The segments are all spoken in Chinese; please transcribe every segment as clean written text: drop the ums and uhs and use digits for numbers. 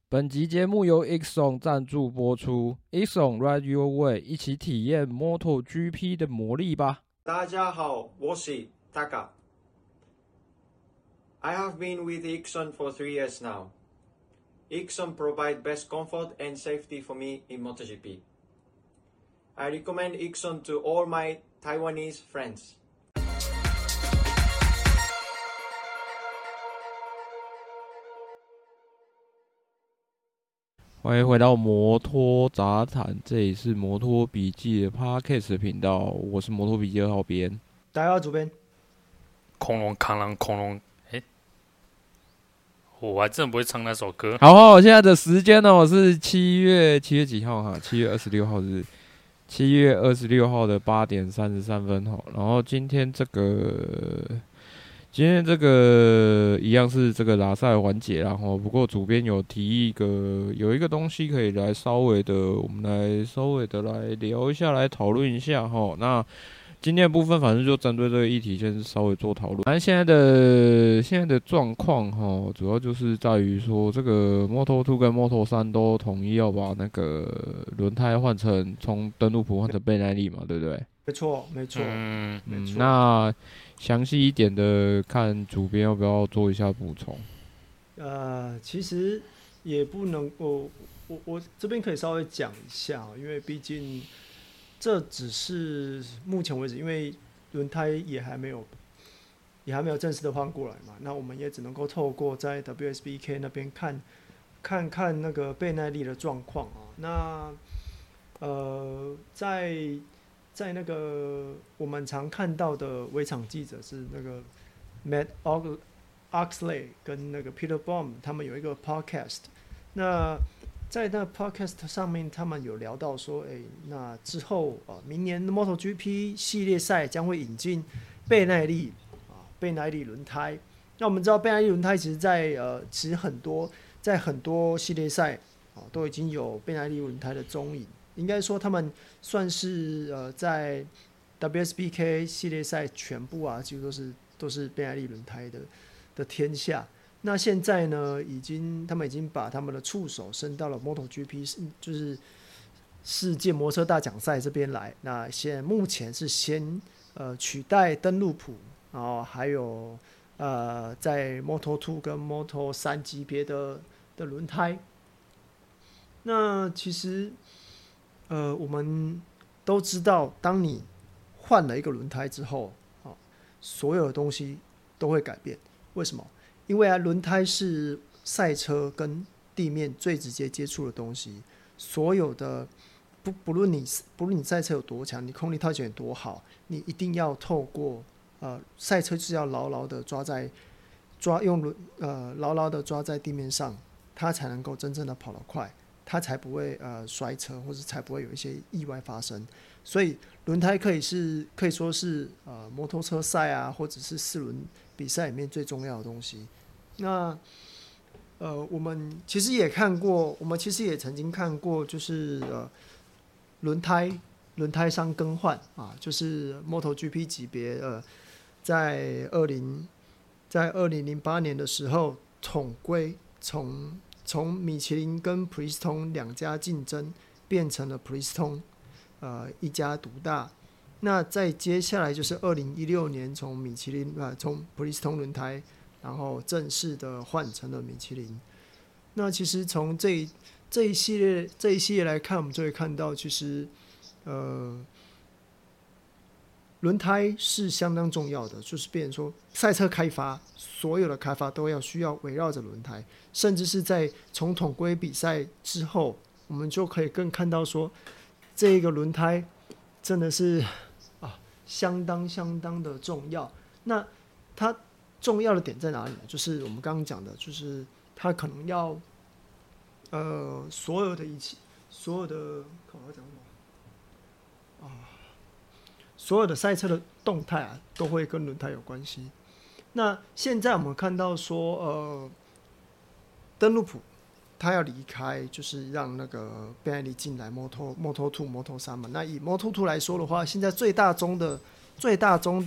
本集节目由 Exxon 赞助播出 ，Exxon Ride Your Way， 一起体验 MotoGP 的魔力吧。 大家好，我是 Taka. I have been with Exxon for 3 years now. Exxon provide best comfort and safety for me in MotoGP. I recommend Exxon to all my Taiwanese friends. 欢迎回到摩托杂谈，这里是摩托笔记的 Podcast 的频道，我是摩托笔记2号编。 大家好，主编。 恐龙扛狼恐龙，我还真的不会唱那首歌。 好，现在的时间呢是7月几号哈？7月26号是7月26号的8点33分哈。然后今天这个一样是这个拉赛环节啦哈。不过主编有提议有一个东西可以来我们来稍微的来聊一下，来讨论一下哈。那今天的部分，反正就针对这个议题，先稍微做讨论。反正现在的状况哈，主要就是在于说，这个 Moto2 跟 Moto3 都统一要把那个轮胎换成从登陆普换成倍耐力嘛，对不对？ 没错。 那详细一点的，看主编要不要做一下补充。 其实也不能，我这边可以稍微讲一下，因为毕竟这只是目前为止，因为轮胎也还没有正式的换过来嘛，那我们也只能够透过在 WSBK 那边看那个倍耐力的状况啊。那在那个我们常看到的围场记者是那个 Matt Oxley 跟那个 Peter Baum 他们有一个 podcast， 那在那 podcast 上面他们有聊到说，那之后明年的 MotoGP 系列赛将会引进倍耐力轮胎。那我们知道倍耐力轮胎其实其实在很多系列赛都已经有倍耐力轮胎的踪影。应该说他们算是在 WSBK 系列赛全部几乎都是倍耐力轮胎的天下。那现在呢，他们已经把他们的触手伸到了 MotoGP， 就是世界摩托车大奖赛这边来。那目前是先取代登陆普，然后还有在 Moto2 跟 Moto3 级别的轮胎。那其实我们都知道，当你换了一个轮胎之后，所有的东西都会改变。为什么？因为轮胎是赛车跟地面最直接接触的东西。所有的不论你赛车有多强，你空力套件有多好，你一定要透过赛车就是要牢牢的牢牢的抓在地面上，它才能够真正的跑得快。它才不会摔车，或者才不会有一些意外发生。所以轮胎可以说是摩托车赛或者是4轮比赛里面最重要的东西。那我们其实也曾经看过，就是轮胎商更换就是 MotoGP 级别在2008年的时候统归从米其林跟 Bridgestone 2家竞争，变成了 Bridgestone 一家独大。那再接下来就是2016年从Bridgestone 轮胎，然后正式的换成了米其林。那其实从这一系列来看，我们就会看到，其实轮胎是相当重要的，就是变成说赛车开发，所有的开发都需要围绕着轮胎，甚至是在从统规比赛之后，我们就可以更看到说，这个轮胎真的是相当的重要。那它重要的点在哪里呢？就是我们刚刚讲的，就是它可能要所有的所有的赛车的动态都会跟轮胎有关系。那现在我们看到说，登陆普他要离开，就是让那个倍耐力进来 Moto2、Moto3 嘛。那以 Moto2 来说的话，现在最大宗的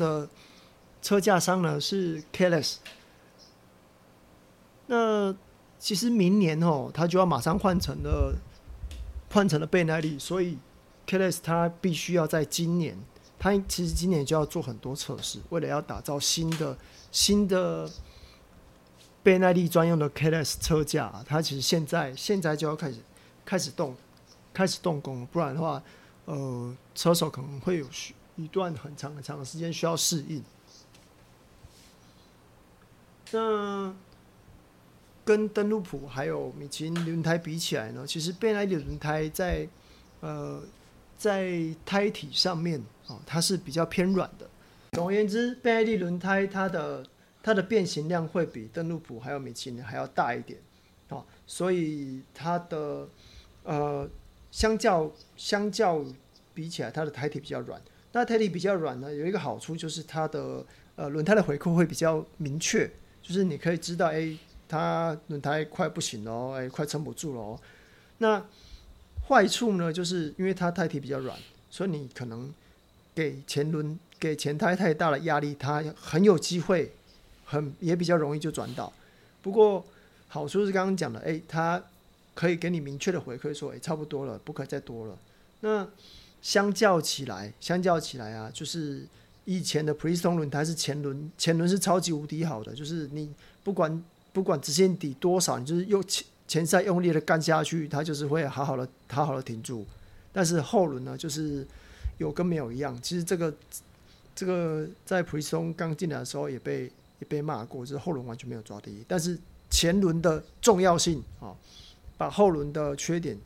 车架商呢是 Keles。那其实明年他就要马上换成了倍耐力，所以 KLS 它必须要在今年，它其实今年就要做很多测试，为了要打造新的倍耐力专用的 KLS 车架，它其实现在就要开始动工，不然的话，车手可能会有一段很长的时间需要适应。那跟登陆普还有米其林轮胎比起来呢，其实倍耐力轮胎在胎体上面它是比较偏软的。总而言之，倍耐力轮胎它的变形量会比登陆普还有米其林还要大一点，所以它的相较比起来，它的胎体比较软。那胎体比较软呢，有一个好处就是它的轮胎的回扣会比较明确，就是你可以知道，它轮胎快不行了，快撑不住了。那坏处呢，就是因为它胎体比较软，所以你可能给前胎太大的压力，它很有机会，也比较容易就转倒。不过好处是刚刚讲的，它可以给你明确的回馈说，差不多了，不可以再多了。那相较起来啊，就是以前的 Bridgestone 轮胎是前轮是超级无敌好的，就是你不管直线底多少，你就是用前塞用力的干下去，它就是会好好的停住。但是后轮呢，就是有跟没有一样。其实这个在 Bridgestone 刚进来的时候也被骂过，就是后轮完全没有抓地。但是前轮的重要性把后轮的缺点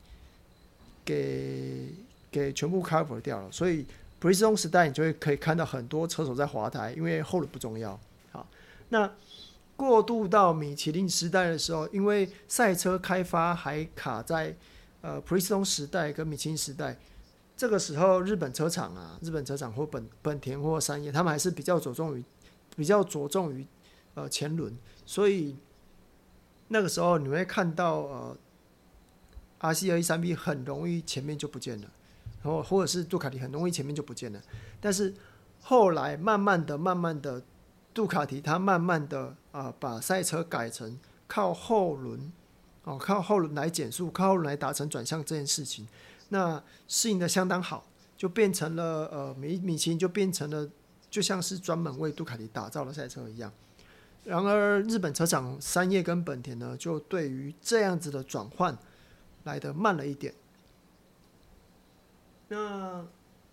给全部 cover 掉了，所以 Bridgestone 时代你就会可以看到很多车手在滑胎，因为后轮不重要。好，那过渡到米其林时代的时候，因为赛车开发还卡在Bridgestone 时代跟米其林时代，这个时候日本车厂或本田或山叶，他们还是比较着重于前轮，所以那个时候你会看到RC213B 很容易前面就不见了，然后或者是杜卡迪很容易前面就不见了。但是后来慢慢的，杜卡迪它慢慢的把赛车改成靠后轮来减速，靠后轮来达成转向这件事情，那适应的相当好，就变成了米其林就变成了就像是专门为杜卡迪打造的赛车一样。然而日本车厂山叶跟本田呢，就对于这样子的转换来得慢了一点。那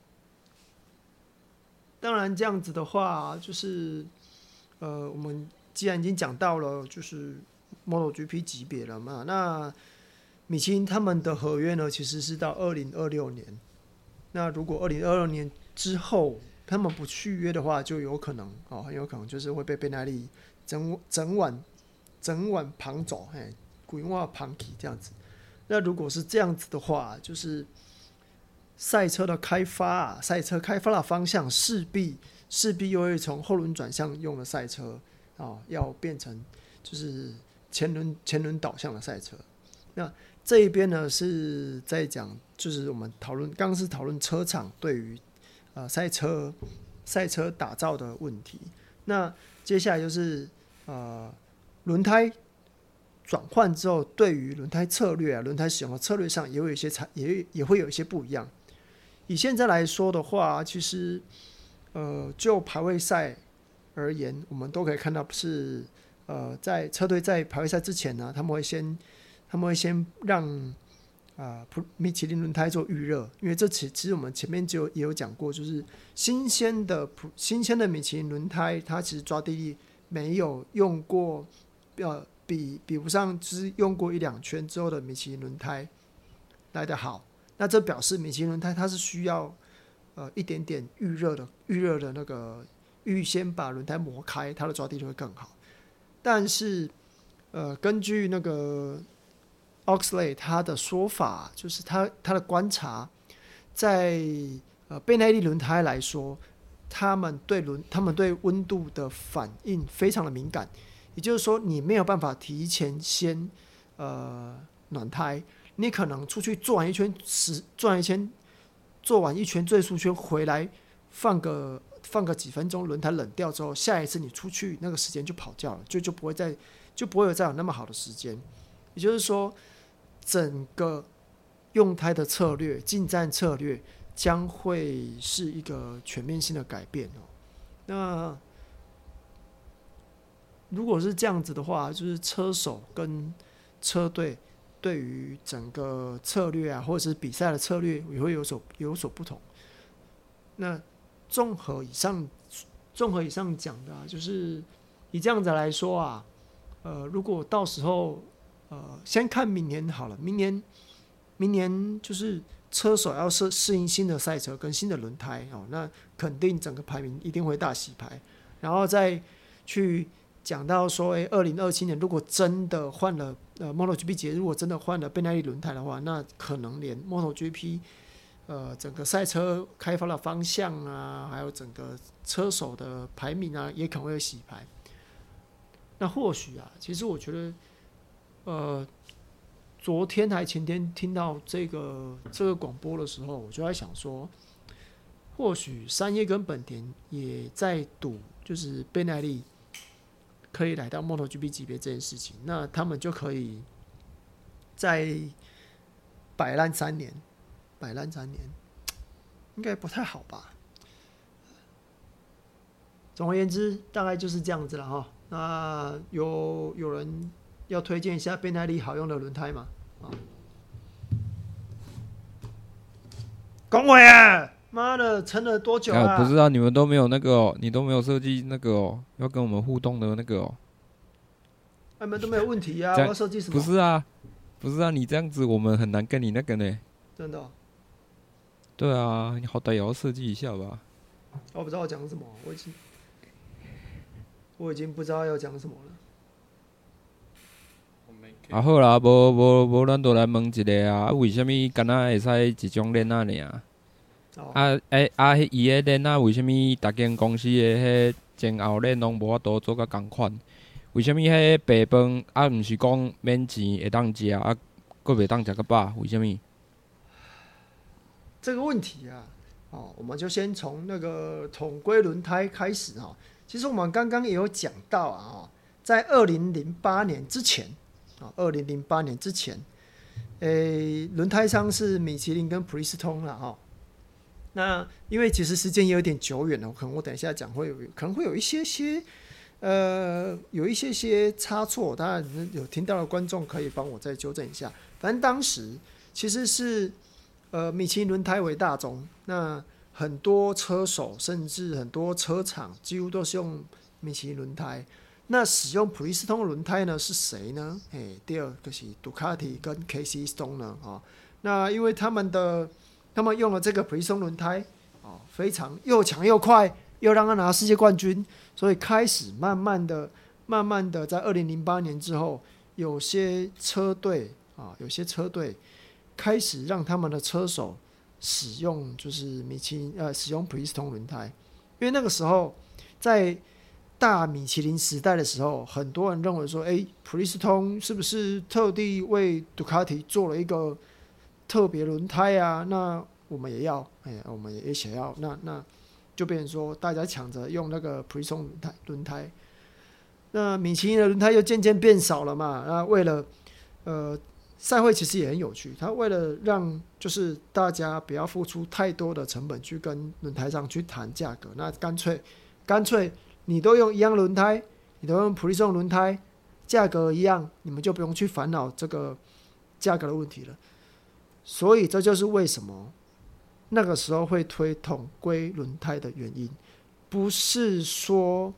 当然这样子的话，就是我们既然已经讲到了就是 MotoGP 级别了嘛，那米其林他们的合约呢，其实是到2026年。那如果2026年之后他们不续约的话，就有可能很有可能就是会被倍耐力整晚旁走，规划旁起这样子。那如果是这样子的话，就是赛车开发的方向势必又会从后轮转向用的赛车要变成就是前轮导向的赛车。那这一边呢是在讲，就是我们刚刚是讨论车厂对于赛车打造的问题。那接下来就是轮胎转换之后，对于轮胎策略轮胎使用的策略上也会有一些不一样。以现在来说的话，其实就排位赛而言，我们都可以看到是在车队在排位赛之前呢，他们会先让米其林轮胎做预热，因为这其实我们前面也有讲过，就是新鲜的米其林轮胎，它其实抓地力没有用过比不上就是用过1-2圈之后的米其林轮胎来得好。那这表示米其林轮胎它是需要一点点预热的那个预先把轮胎磨开，它的抓地力会更好。但是根据那个 Oxley 他的说法，就是他的观察，在倍耐力轮胎来说，他们对温度的反应非常的敏感，也就是说你没有办法提前先暖胎，你可能出去做完一圈最速圈回来放个几分钟，轮胎冷掉之后，下一次你出去那个时间就跑掉了，就不会有再有那么好的时间。 也就是说，整个用胎的策略、进站策略将会是一个全面性的改变哦。那如果是这样子的话，就是车手跟车队对于整个策略啊，或者是比赛的策略也会有所不同。那综合以上讲的就是以这样子来说啊，如果到时候先看明年好了，明年就是车手要适应新的赛车跟新的轮胎哦，那肯定整个排名一定会大洗牌，然后再去讲到说，2027年如果真的换了MotoGP 节，如果真的换了贝耐力轮胎的话，那可能连 MotoGP 整个赛车开发的方向啊，还有整个车手的排名啊，也可能会洗牌。那或许啊，其实我觉得，昨天还前天听到这个广播的时候，我就在想说，或许山叶跟本田也在赌，就是贝耐力可以来到 MotoGP 级别这件事情，那他们就可以在摆烂3年，应该不太好吧？总而言之，大概就是这样子了哈。那有人要推荐一下贝耐力好用的轮胎吗？龚伟啊，妈的，撑了多久啊？ 不是啊，你们都没有那个哦，你都没有设计那个哦，要跟我们互动的那个哦。 你们都没有问题啊，我要设计什么？ 不是啊，你这样子我们很难跟你那个呢。 真的哦？ 对啊，你好歹也要设计一下吧。 我不知道要讲什么，我已经不知道要讲什么了。 啊好啦，无咱就来问一个啊，为什么敢若会使一种链仔尔？伊迄链仔为什么逐间公司的迄前后链拢无法度做甲同款？为什么迄白饭啊，毋是讲免钱会当食啊，佫袂当食个饱？为什么？ 这个问题啊，我们就先从那个统规轮胎开始哈。其实我们刚刚也有讲到啊，在2008年之前，2008年之前，轮胎商是米其林跟普利司通了哈。那因为其实时间也有点久远了，可能我等一下讲可能会有一些差错，当然有听到的观众可以帮我再纠正一下。反正当时其实是米其林轮胎为大宗，那很多车手甚至很多车厂几乎都是用米其林轮胎。那使用普利司通的轮胎呢是谁呢？第二个是杜卡迪跟 KC Stoner 那因为他们用了这个普利司通轮胎非常又强又快，又让他拿世界冠军，所以开始慢慢的在2008年之后，有些车队开始让他们的车手使用就是使用普利司通轮胎，因为那个时候在大米其林时代的时候，很多人认为说，普利司通是不是特地为杜卡迪做了一个特别轮胎啊？那我们也要，我们也想要，那就变成说大家抢着用那个普利司通轮胎，那米其林的轮胎又渐渐变少了嘛。那为了赛会其实也很有趣，他为了让就是大家不要付出太多的成本去跟轮胎商去谈价格，那干脆你都用一样轮胎，你都用普利司通轮胎，价格一样，你们就不用去烦恼这个价格的问题了。所以这就是为什么那个时候会推统规轮胎的原因，不是说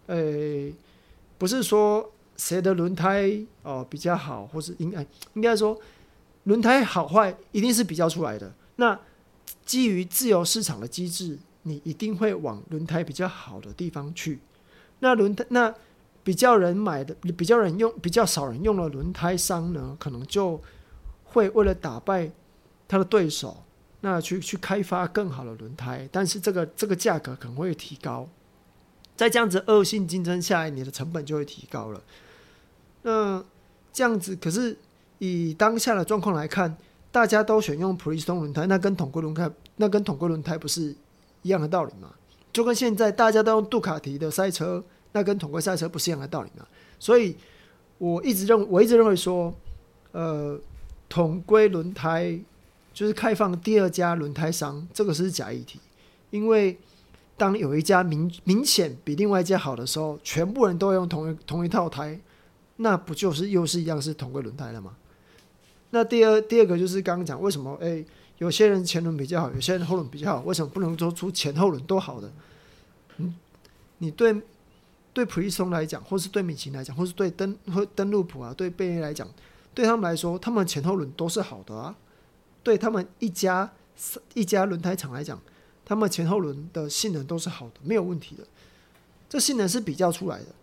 谁的轮胎比较好，或是应该说轮胎好坏一定是比较出来的。那基于自由市场的机制，你一定会往轮胎比较好的地方去。那比较少人用的轮胎商呢，可能就会为了打败他的对手，那去开发更好的轮胎，但是这个价格可能会提高。在这样子恶性竞争下来，你的成本就会提高了。那这样子，可是以当下的状况来看，大家都选用普利司通轮胎，那跟统规轮胎不是一样的道理吗？就跟现在大家都用杜卡迪的赛车，那跟统规赛车不是一样的道理吗？所以我一直认为说， 统规轮胎就是开放第二家轮胎商，这个是假议题，因为当有一家明显比另外一家好的时候，全部人都用同一套胎，那不就是又是一样是统规轮胎了吗？那第二个就是刚刚讲为什么有些人前轮比较好，有些人后轮比较好，为什么不能做出前后轮都好的？你对 Prison 来讲，或是对米其林来讲，或是对登陆普啊，对贝雷来讲，对他们来说，他们前后轮都是好的啊。对他们一家轮胎厂来讲，他们前后轮的性能都是好的，没有问题的。这性能是比较出来的。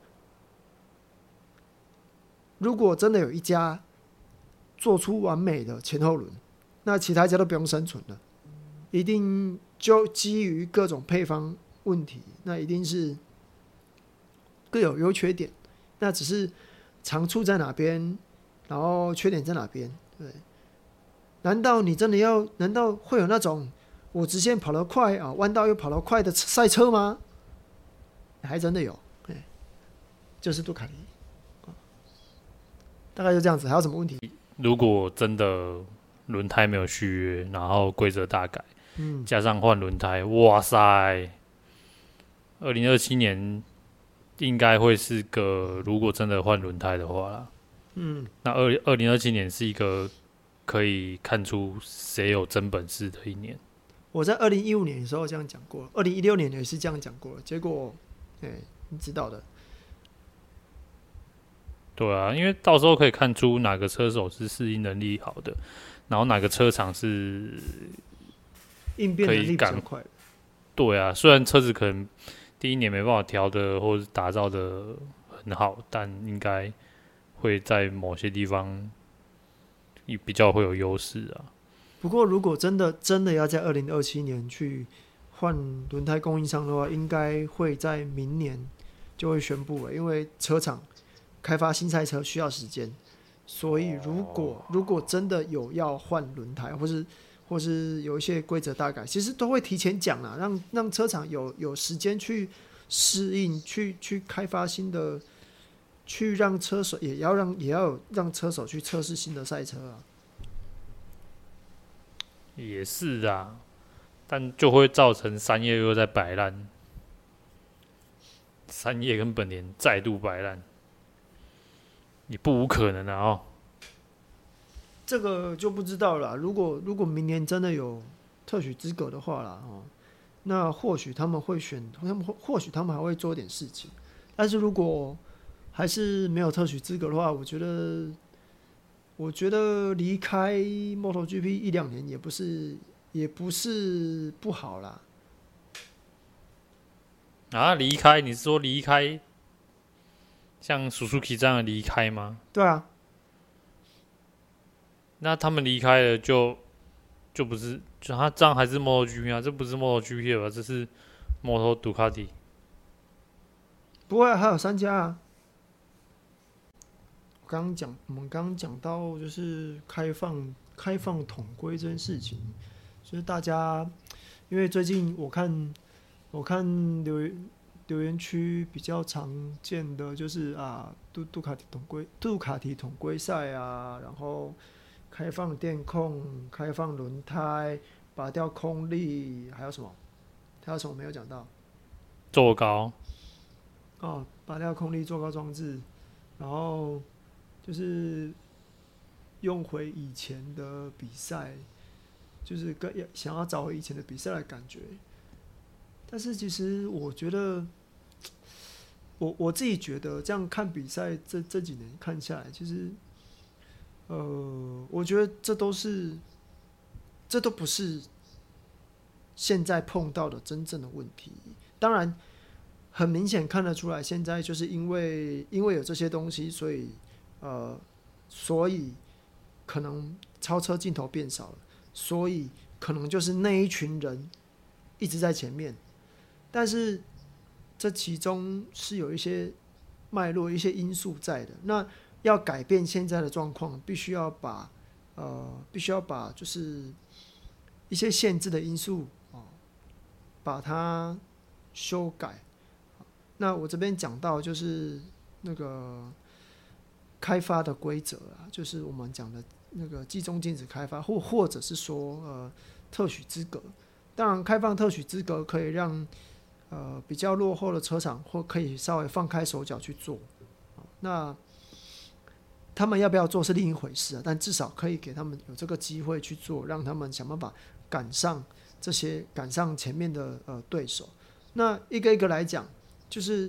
如果真的有一家做出完美的前后轮，那其他家都不用生存了，一定就基于各种配方问题，那一定是各有优缺点，那只是长处在哪边，然后缺点在哪边，对。难道会有那种我直线跑得快啊，弯道又跑得快的赛车吗？还真的有，就是杜卡迪，大概就这样子。还有什么问题？ 如果真的轮胎没有续约，然后规则大改，加上换轮胎，哇塞！2027年应该会是个，如果真的换轮胎的话啦，那2027年是一个可以看出谁有真本事的一年。 我在2015年的时候这样讲过，2016年也是这样讲过，结果，你知道的。 对啊，因为到时候可以看出哪个车手是适应能力好的，然后哪个车厂是应变能力比较快的。 对啊，虽然车子可能第一年没办法调的或者打造的很好，但应该会在某些地方比较会有优势啊。 不过，如果真的要在2027年去换轮胎供应商的话，应该会在明年就会宣布了，因为车厂开发新赛车需要时间，所以如果真的有要换轮胎，或是有一些规则大改，其实都会提前讲啦，让车厂有时间去适应，去开发新的，去让车手也要让车手去测试新的赛车啊。 也是啊，但就会造成三叶又在摆烂，三叶跟本田再度摆烂，也不无可能啊哦。 这个就不知道了啦。如果明年真的有特许资格的话啦，那或许他们会或许他们还会做点事情。但是如果还是没有特许资格的话，我觉得离开 MotoGP 1-2年也不是不好啦。 啊，离开？你是说离开像 Suzuki 这样的离开吗？ 对啊。 那他们离开了就不是，就他这样还是 MotoGP 啊？这不是 MotoGP 吧？这是 Moto Ducati。 不会啊，还有3家啊。我们刚刚讲到就是开放统规这件事情，就是大家因为最近我看留言区比较常见的就是杜卡迪统规赛啊，然后开放电控、开放轮胎、拔掉空力，还有什么没有讲到？ 坐高拔掉空力坐高装置，然后就是用回以前的比赛，就是想要找回以前的比赛的感觉。但是其实我觉得，我自己觉得这样看比赛这几年看下来，其实，我觉得这都不是现在碰到的真正的问题。当然，很明显看得出来，现在就是因为有这些东西，所以可能超车镜头变少了，所以可能就是那一群人一直在前面。但是这其中是有一些脉络、一些因素在的。那要改变现在的状况，必须要把就是一些限制的因素把它修改。那我这边讲到就是那个开发的规则啊，就是我们讲的那个季中禁止开发，或者是说特许资格。当然，开放特许资格可以让比较落后的车厂或可以稍微放开手脚去做。那他们要不要做是另一回事啊，但至少可以给他们有这个机会去做，让他们想办法赶上前面的对手。那一个一个来讲，就是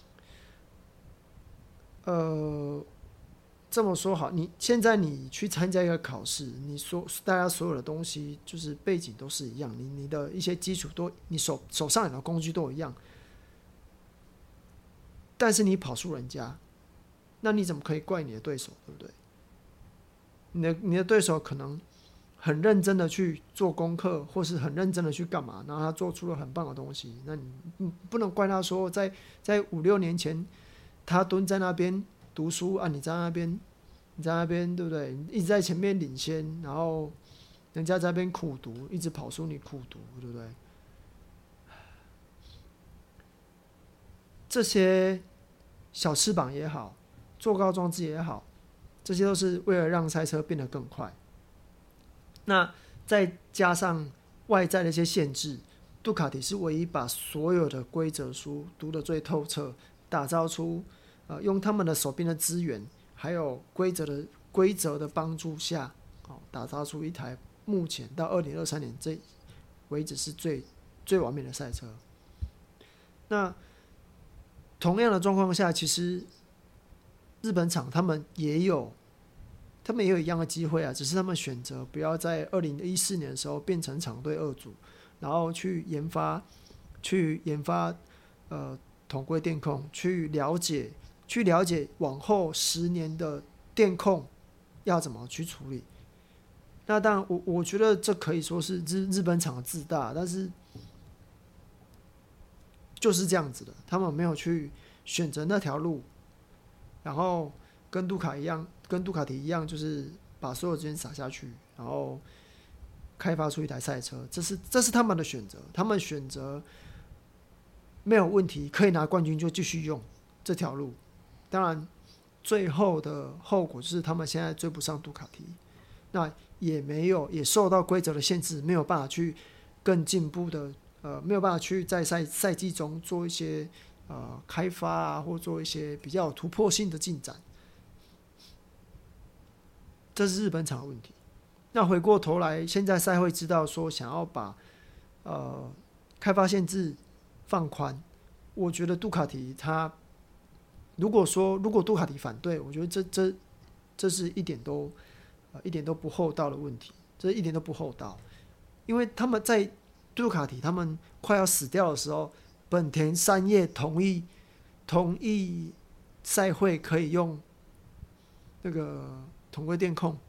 这么说好，现在你去参加一个考试，大家所有的东西就是背景都是一样，你的一些基础你手上有的工具都一样，但是你跑输人家，那你怎么可以怪你的对手，对不对？你的对手可能很认真的去做功课，或是很认真的去干嘛，然后他做出了很棒的东西，那你不能怪他说在5-6年前他蹲在那边读书啊，你在那边对不对？一直在前面领先，然后人家在那边苦读，一直跑输你苦读，对不对？这些小翅膀也好，坐高装置也好，这些都是为了让赛车变得更快。那再加上外在的一些限制，杜卡迪是唯一把所有的规则书读得最透彻，打造出用他们的手边的资源，还有规则的帮助下，打造出一台目前到2023年这为止是最完美的赛车。那同样的状况下，其实日本厂他们也有一样的机会啊，只是他们选择不要在2014年的时候变成厂队2组，然后去研发统规电控，去了解往后10年的电控要怎么去处理。那当然我觉得这可以说是日本厂的自大，但是就是这样子的，他们没有去选择那条路，然后跟杜卡迪一样，就是把所有资源撒下去，然后开发出一台赛车，这是他们的选择，他们选择没有问题，可以拿冠军就继续用这条路。当然，最后的后果就是他们现在追不上杜卡迪，那也受到规则的限制，没有办法去更进步的，没有办法去在赛季中做一些开发啊，或做一些比较有突破性的进展。这是日本厂的问题。那回过头来，现在赛会知道说想要把开发限制放宽，我觉得杜卡迪他如果杜卡迪反对，我觉得这是一点都不厚道的问题，这一点都不厚道，因为他们在杜卡迪他们快要死掉的时候，本田3叶同意赛会可以用那个统规电控，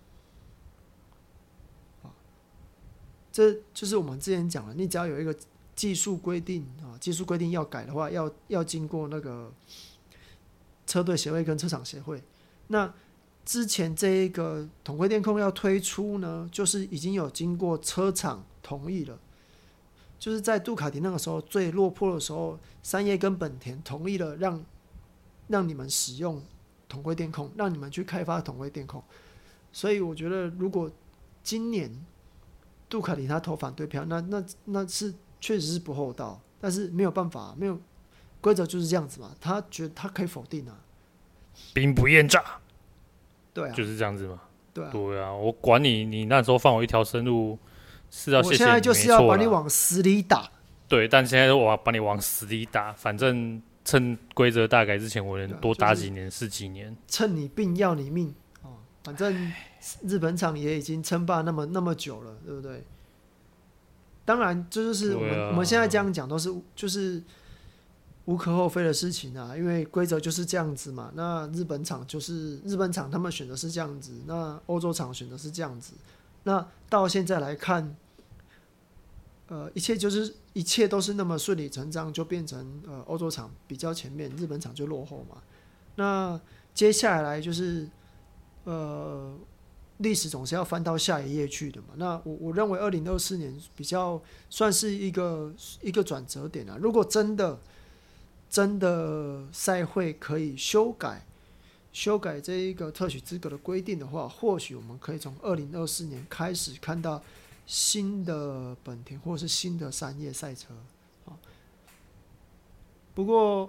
这就是我们之前讲的，你只要有一个技术规定要改的话，要经过那个车队协会跟车厂协会。那之前这一个统规电控要推出呢，就是已经有经过车厂同意了，就是在杜卡迪那个时候最落魄的时候，3叶跟本田同意了让你们使用统规电控，让你们去开发统规电控。所以我觉得，如果今年杜卡迪他投反对票，那是确实是不厚道，但是没有办法，没有规则就是这样子嘛。他觉得他可以否定啊， 兵不厌诈， 对啊， 就是这样子嘛。 对啊， 我管你那时候放我一条生路是要谢谢你， 我现在就是要把你往死里打。 对，但现在我要把你往死里打，反正趁规则大改之前，我能多打几年是几年， 趁你病要你命哦，反正日本厂也已经称霸那么久了，对不对？当然，这就是我们现在这样讲都是就是无可厚非的事情啊，因为规则就是这样子嘛。那日本厂他们选的是这样子，那欧洲厂选的是这样子。那到现在来看，一切都是那么顺理成章，就变成欧洲厂比较前面，日本厂就落后嘛。那接下来就是历史总是要翻到下一页去的嘛。那我认为2024年比较算是一个转折点啊。如果真的赛会可以修改修改这一个特许资格的规定的话，或许我们可以从2024年开始看到新的本田或是新的山叶赛车。不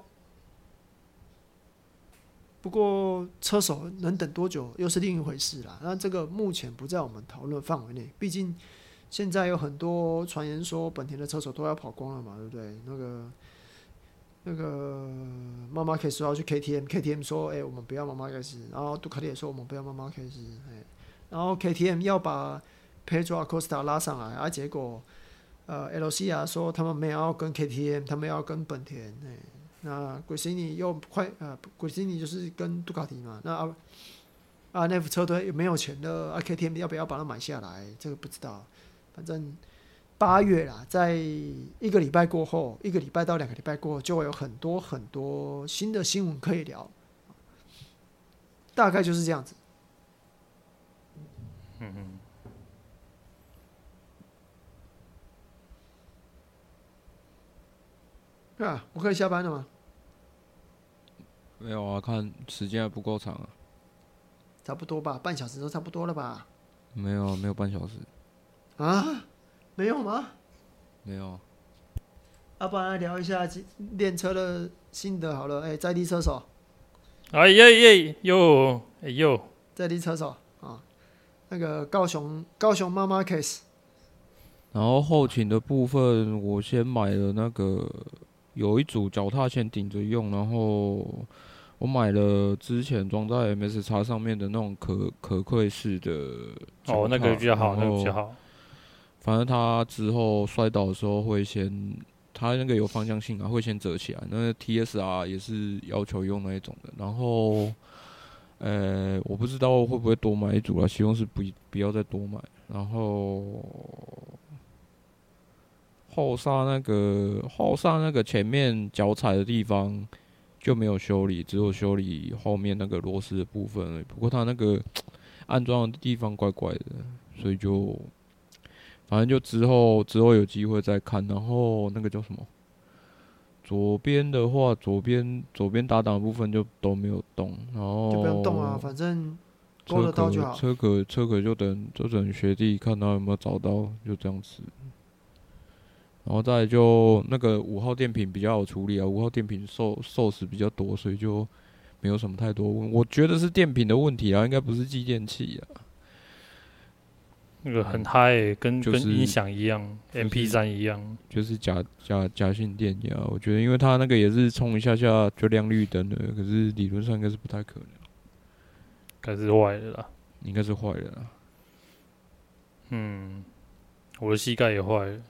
过车手能等多久又是另一回事啦。那这个目前不在我们讨论范围内，毕竟现在有很多传言说本田的车手都要跑光了嘛，对不对？那个妈妈 case 说要去 KTM 说我们不要妈妈 case， 然后杜卡迪也说我们不要妈妈 case， 然后 KTM 要把 Pedro Acosta 拉上来，结果LCR 说他们没有要跟 KTM， 他们要跟本田，那 Gresini 又Gresini 就是跟杜卡迪嘛，那RNF 车队没有钱了，KTM 要不要把它买下来？这个不知道，反正8月啦，在1个礼拜过后，1个礼拜到2个礼拜过后，就会有很多很多新的新闻可以聊，大概就是这样子。我可以下班了吗？ 没有啊，看时间还不够长啊。 差不多吧，半小时都差不多了吧？ 没有半小时。 啊？没有吗？ 没有。 不然来聊一下练车的心得好了。在地车手。 哎耶哟， 在地车手啊，那个高雄妈妈 case。 然后后勤的部分，我先买了那个有一组脚踏线顶着用，然后我买了之前装在 MSX 上面的那种可溃式的脚踏。 那个比较好，那个比较好。 反正他之后摔倒的时候会先，他那个有方向性啊，会先折起来。那 TSR 也是要求用那一种的。然后，我不知道会不会多买一组啦，希望是不要再多买。然后后刹那个前面脚踩的地方就没有修理，只有修理后面那个螺丝的部分而已。不过它那个安装的地方怪怪的，所以就反正就之后有机会再看。然后那个叫什么？左边的话，左边打档的部分就都没有动，然后就不用动啊，反正勾得到就好。 车壳就等学弟看他有没有找到，就这样子。然后再来就那个5号电瓶比较好处理啊，5号电瓶受死比较多，所以就没有什么太多我觉得是电瓶的问题啊，应该不是继电器啊。 那个很嗨，跟音响一样 ，MP3 一样， 就是假性电压。我觉得因为它那个也是冲一下下就亮绿灯了，可是理论上应该是不太可能。 应该是坏的啦。 应该是坏的啦。 我的膝盖也坏了。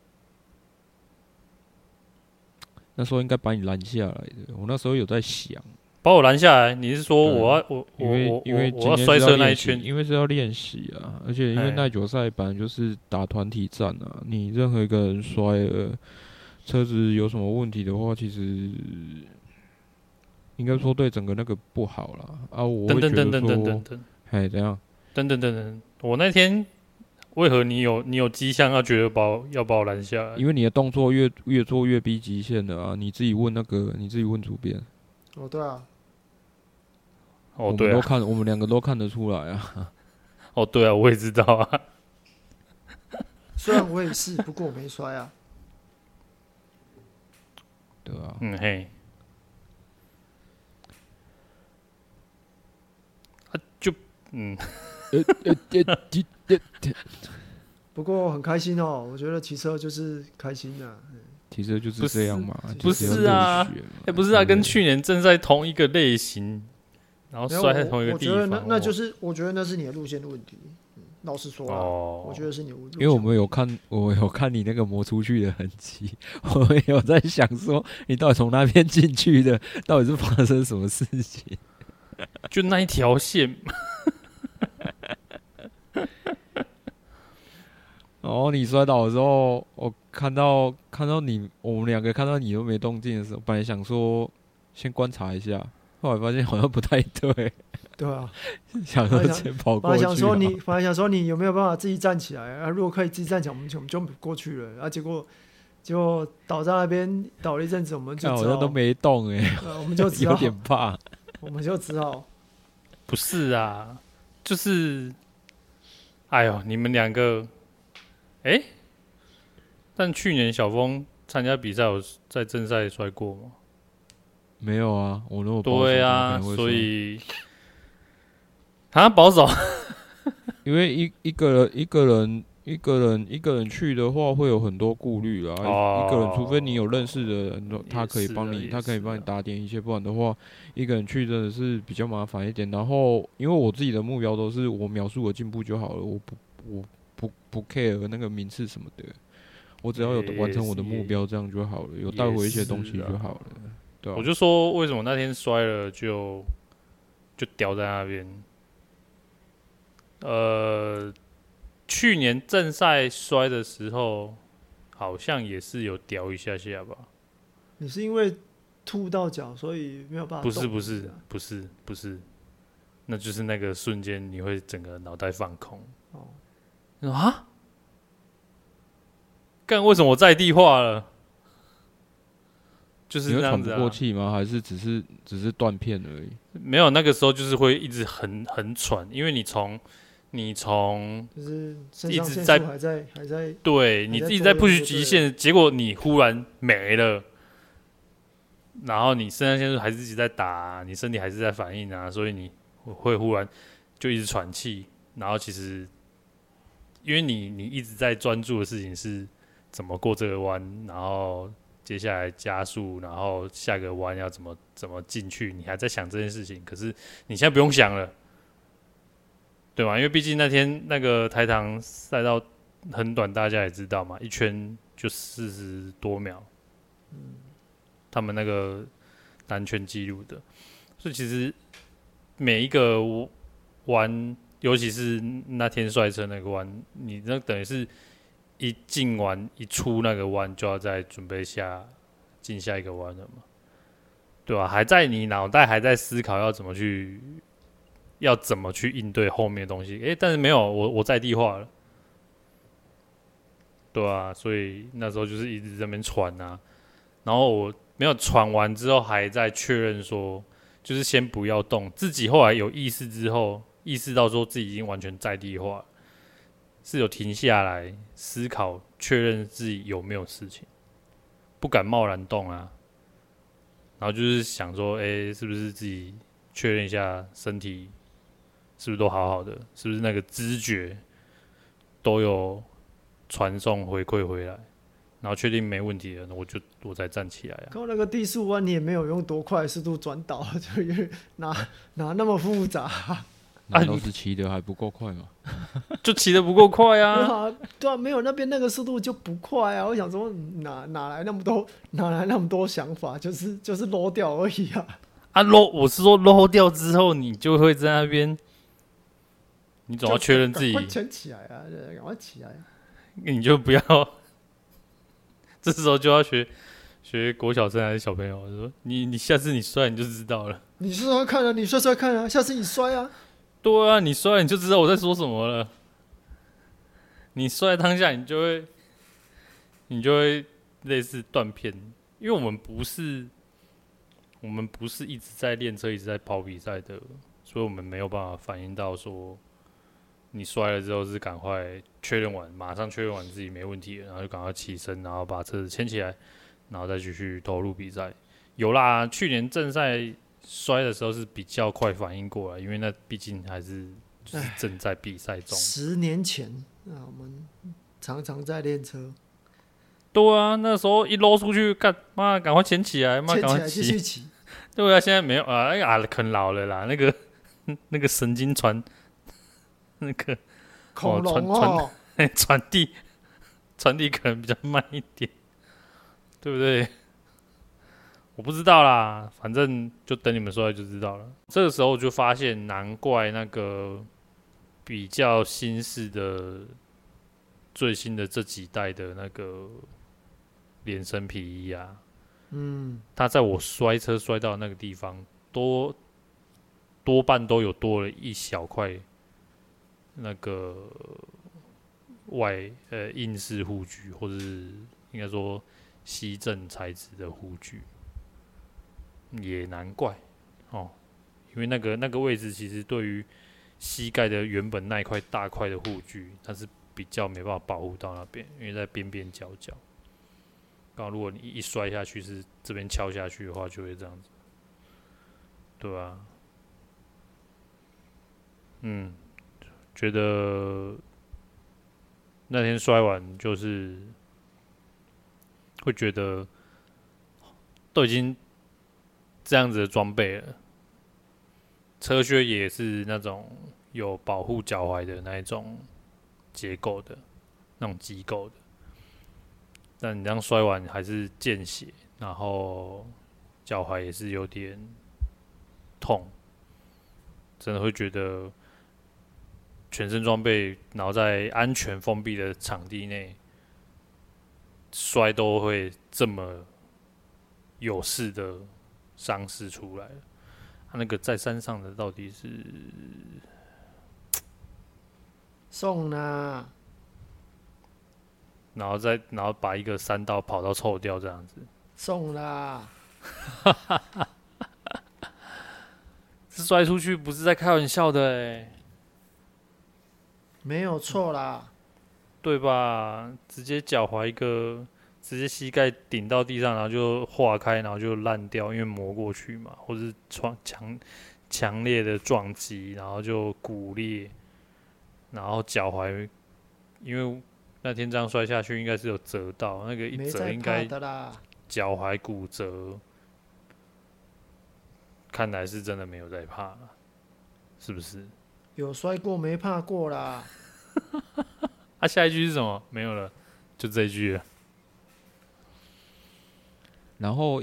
那时候应该把你拦下来的。我那时候有在想， 把我拦下来。你是说因为我要摔车那一圈？ 因为是要练习啊，而且因为耐久赛本来就是打团体战啊，你任何一个人摔了，车子有什么问题的话，其实应该说对整个那个不好啦。我会觉得说，怎样？ 等，我那天。为何你有迹象要觉得要把我拦下来？ 因为你的动作越做越逼极限了啊！你自己问主编。 对啊。 对啊。 我们2个都看得出来啊。 对啊，我也知道啊。 虽然我也是，不过我没摔啊。 对啊。 不过很开心哦，我觉得骑车就是开心啊。 骑车就是这样嘛， 不是啊，不是啊，跟去年正在同一个类型，然后摔在同一个地方。 我觉得那就是我觉得那是你的路线的问题。老实说我觉得是你的路线。 因为我有看你那个磨出去的痕迹，我有在想说，你到底从那边进去的，到底是发生什么事情？ 就那一条线。 然后你摔倒的时候，我看到你，我们2个看到你都没动静的时候，本来想说先观察一下，后来发现好像不太对。 对啊， 想说先跑过去。 本来想说你有没有办法自己站起来？如果可以自己站起来，我们就过去了。结果倒在那边倒了一阵子，我们就好像都没动我们就只好有点怕。 我们就只好不是啊，就是，哎呦，你们两个，但去年小峰参加比赛有在正赛摔过吗？ 没有啊，我如果保守对啊， 怎么可能会所以他保守， 因为一个人去的话，会有很多顾虑啦。一个人，除非你有认识的人，他可以帮你，打点一些，不然的话，一个人去真的是比较麻烦一点。然后，因为我自己的目标都是我秒数的进步就好了，我不 care 那个名次什么的，我只要有完成我的目标，这样就好了，有带回一些东西就好了。对啊， 我就说为什么那天摔了就掉在那边。去年正赛摔的时候，好像也是有掉一下下吧。 你是因为吐到脚，所以没有办法动？ 不是，那就是那个瞬间你会整个脑袋放空。啊？干为什么我在地化了？就是那样子啊。 你会喘不过气吗？还是只是断片而已？ 没有，那个时候就是会一直很喘，因为你从就是肾上腺素还在， 对你自己在 push 极限，结果你忽然没了，然后你肾上腺素还是一直在打，你身体还是在反应啊，所以你会忽然就一直喘气，然后其实因为你一直在专注的事情是怎么过这个弯，然后接下来加速，然后下个弯要怎么进去，你还在想这件事情，可是你现在不用想了。对嘛？因为毕竟那天那个台糖赛道很短，大家也知道嘛，一圈就40多秒，他们那个单圈记录的，所以其实每一个弯，尤其是那天摔车那个弯，你那等于是一进弯一出那个弯，就要再准备进下一个弯了嘛，对吧？还在你脑袋还在思考要怎么去应对后面的东西？但是没有，我在地化了，对啊，所以那时候就是一直在那边喘啊，然后我没有喘完之后，还在确认说，就是先不要动。自己后来有意识之后，意识到说自己已经完全在地化了，是有停下来思考，确认自己有没有事情，不敢贸然动啊。然后就是想说，是不是自己确认一下身体是不是都好好的，是不是那个知觉都有传送回馈回来，然后确定没问题了，我再站起来啊。 刚那个低速弯你也没有用多快的速度转导，就哪那么复杂？ 那都是骑的还不够快嘛？ 就骑得不够快啊！ 对啊，没有那边那个速度就不快啊！我想说哪来那么多想法，就是漏掉而已啊！ 我是说漏掉之后，你就会在那边，你总要确认自己， 赶快牵起来啊！赶快起来啊！ 你就不要，这时候就要学国小生还是小朋友说，你下次你摔你就知道了。 你摔摔看啊，你摔摔看啊，下次你摔啊。 对啊，你摔你就知道我在说什么了。你摔当下你就会类似断片，因为我们不是一直在练车一直在跑比赛的，所以我们没有办法反映到说你摔了之后是赶快马上确认完自己没问题了，然后就赶快起身，然后把车子牵起来，然后再继续投入比赛。有啦，去年正赛摔的时候是比较快反应过来，因为那毕竟还是就是正在比赛中。 10年前啊，我们常常在练车。 对啊，那时候一搂出去，赶快牵起来，赶快继续骑。 对啊，现在没有可能老了啦，那个神经传那个恐龙传递可能比较慢一点，对不对？我不知道啦，反正就等你们说来就知道了。这个时候就发现，难怪那个比较新式的、最新的这几代的那个连身皮衣啊，它在我摔车摔到那个地方，多半都有多了一小块那个硬式护具，或者是应该说硒正材质的护具。也难怪哦， 因为那个位置其实对于膝盖的原本那一块大块的护具，它是比较没办法保护到那边，因为在边边角角。刚好如果你一摔下去是这边敲下去的话，就会这样子，对啊，觉得那天摔完就是会觉得都已经这样子的装备了，车靴也是那种有保护脚踝的那一种结构的那种机构的，但你这样摔完还是见血，然后脚踝也是有点痛，真的会觉得全身装备，然后在安全封闭的场地内摔都会这么有事的伤势出来了。他那个在山上的到底是送啦， 然后把一个山道跑到臭掉这样子， 送啦， 这摔出去不是在开玩笑的没有错啦， 对吧？直接脚踝直接膝盖顶到地上，然后就化开，然后就烂掉，因为磨过去嘛，或是强烈的撞击，然后就骨裂，然后脚踝因为那天这样摔下去，应该是有折到，那个一折应该脚踝骨折，看来是真的没有在怕了，是不是？ 有摔过没怕过啦。 下一句是什么？没有了，就这一句了。 然后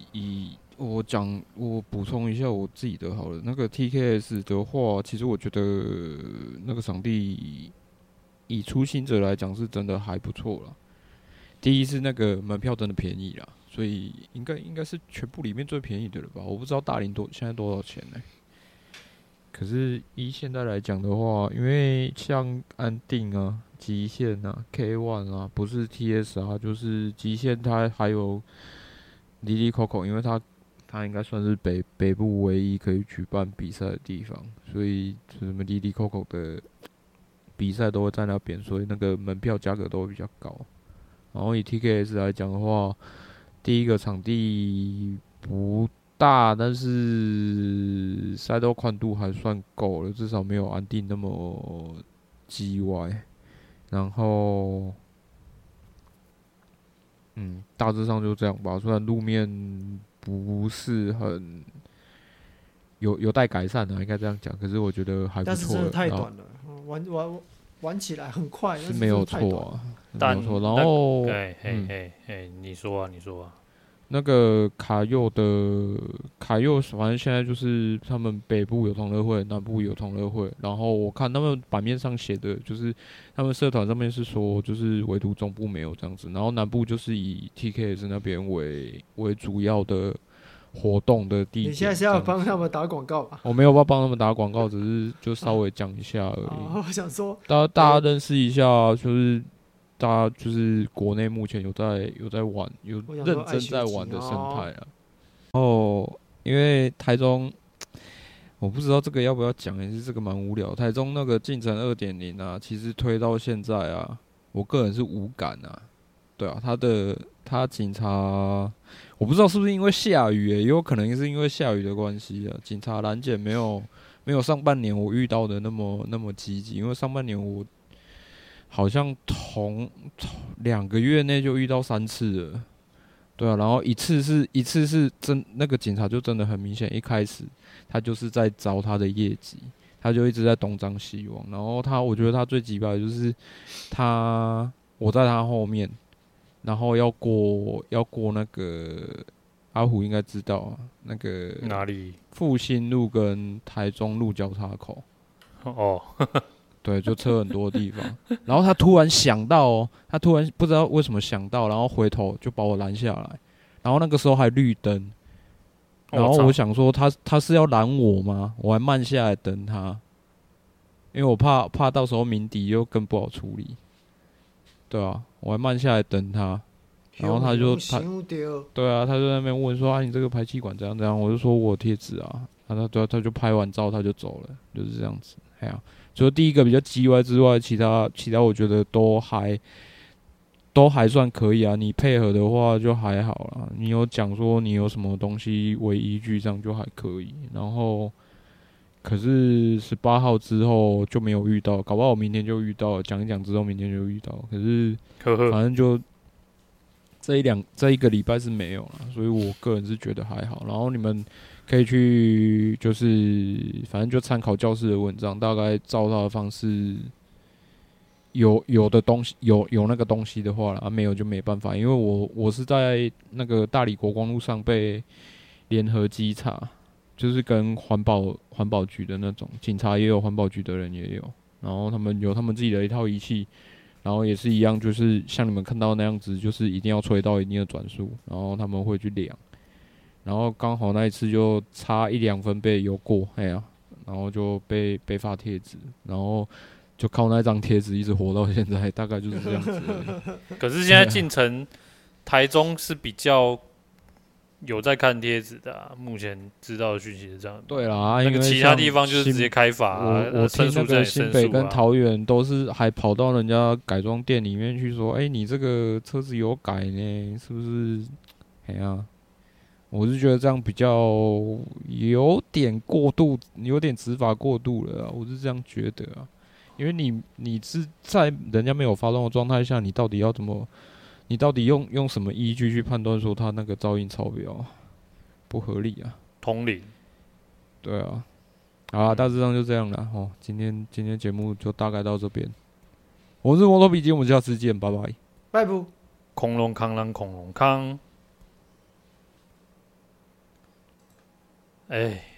我补充一下我自己的好了。那个 TKS 的话，其实我觉得那个场地以初心者来讲是真的还不错啦。第一是那个门票真的便宜啦，所以应该是全部里面最便宜的了吧？我不知道大林现在多少钱呢？可是以现在来讲的话，因为像安定啊、极限啊、K1 啊，不是 TS 啊，就是极限，它还有里里口口，因为它应该算是北部唯一可以举办比赛的地方，所以什么里里口口的比赛都会在那边，所以那个门票价格都会比较高。然后以 TKS 来讲的话，第一个场地不大，但是赛道宽度还算够了，至少没有安定那么叽歪。然后，大致上就这样吧。虽然路面不是很有待改善的，应该这样讲。可是我觉得还不错了。 但是真的太短了，玩起来很快， 是没有错啊，没有错。然后， 你说啊。 那个卡右，反正现在就是他们北部有同乐会，南部有同乐会。然后我看他们版面上写的，就是他们社团上面是说，就是唯独中部没有这样子。然后南部就是以 TKS 那边为主要的活动的地点。 你现在是要帮他们打广告吧？ 我没有帮他们打广告，只是就稍微讲一下而已。 我想说， 大家认识一下，就是大家就是国内目前有在玩，有认真在玩的生态啊。因为台中，我不知道这个要不要讲，也是这个蛮无聊。台中那个进程 2.0 啊，其实推到现在啊，我个人是无感啊。对啊，他警察，我不知道是不是因为下雨也有可能是因为下雨的关系啊。警察拦检没有上半年我遇到的那么积极，因为上半年我好像同2个月内就遇到3次了。对啊，然后一次是真那个警察就真的很明显，一开始他就是在找他的业绩，他就一直在东张西望。然后我觉得他最鸡巴的就是我在他后面，然后要过那个阿虎应该知道啊，那个哪里？ 复兴路跟台中路交叉口。 哦。 对，就车很多地方，然后他突然想到他突然不知道为什么想到，然后回头就把我拦下来，然后那个时候还绿灯，然后我想说他是要拦我吗？我还慢下来等他，因为我怕到时候鸣笛又更不好处理，对啊，我还慢下来等他，然后对啊，他就在那边问说你这个排气管怎样怎样，我就说我有贴纸啊， 他就拍完照他就走了，就是这样子。哎呀，除了第一个比较叽歪之外，其他我觉得都还算可以啊。你配合的话就还好啦。你有讲说你有什么东西为依据，这样就还可以。然后，可是18号之后就没有遇到，搞不好我明天就遇到了。讲一讲之后，明天就遇到。可是反正就这一个礼拜是没有啦，所以我个人是觉得还好。然后你们可以去，就是反正就参考教室的文章，大概照他的方式。有的东西有那个东西的话啦，没有就没办法，因为我是在那个大理国光路上被联合稽查，就是跟环保局的那种警察也有，环保局的人也有，然后他们有他们自己的一套仪器，然后也是一样，就是像你们看到那样子，就是一定要吹到一定的转速，然后他们会去量，然后刚好那一次就差1-2分贝有过，哎呀，然后就被发贴纸，然后。就靠那张贴纸一直活到现在，大概就是这样子而已。 可是现在进城，台中是比较有在看贴纸的啊。目前知道的讯息是这样。 对啦， 那个其他地方就是直接开罚啊。 我听那个新北跟桃园都是还跑到人家改装店里面去说：“你这个车子有改呢，是不是？”哎呀，我是觉得这样比较有点过度，有点执法过度了啊，我是这样觉得啊。因为你是在人家没有发动的状态下，你到底要怎么？你到底用什么依据去判断说他那个噪音超标？不合理啊！ 同理， 对啊，好啊，大致上就这样了哦。今天节目就大概到这边。我是摩托笔记，我们下次见，拜拜。 拜拜。 恐龙康让恐龙康，哎。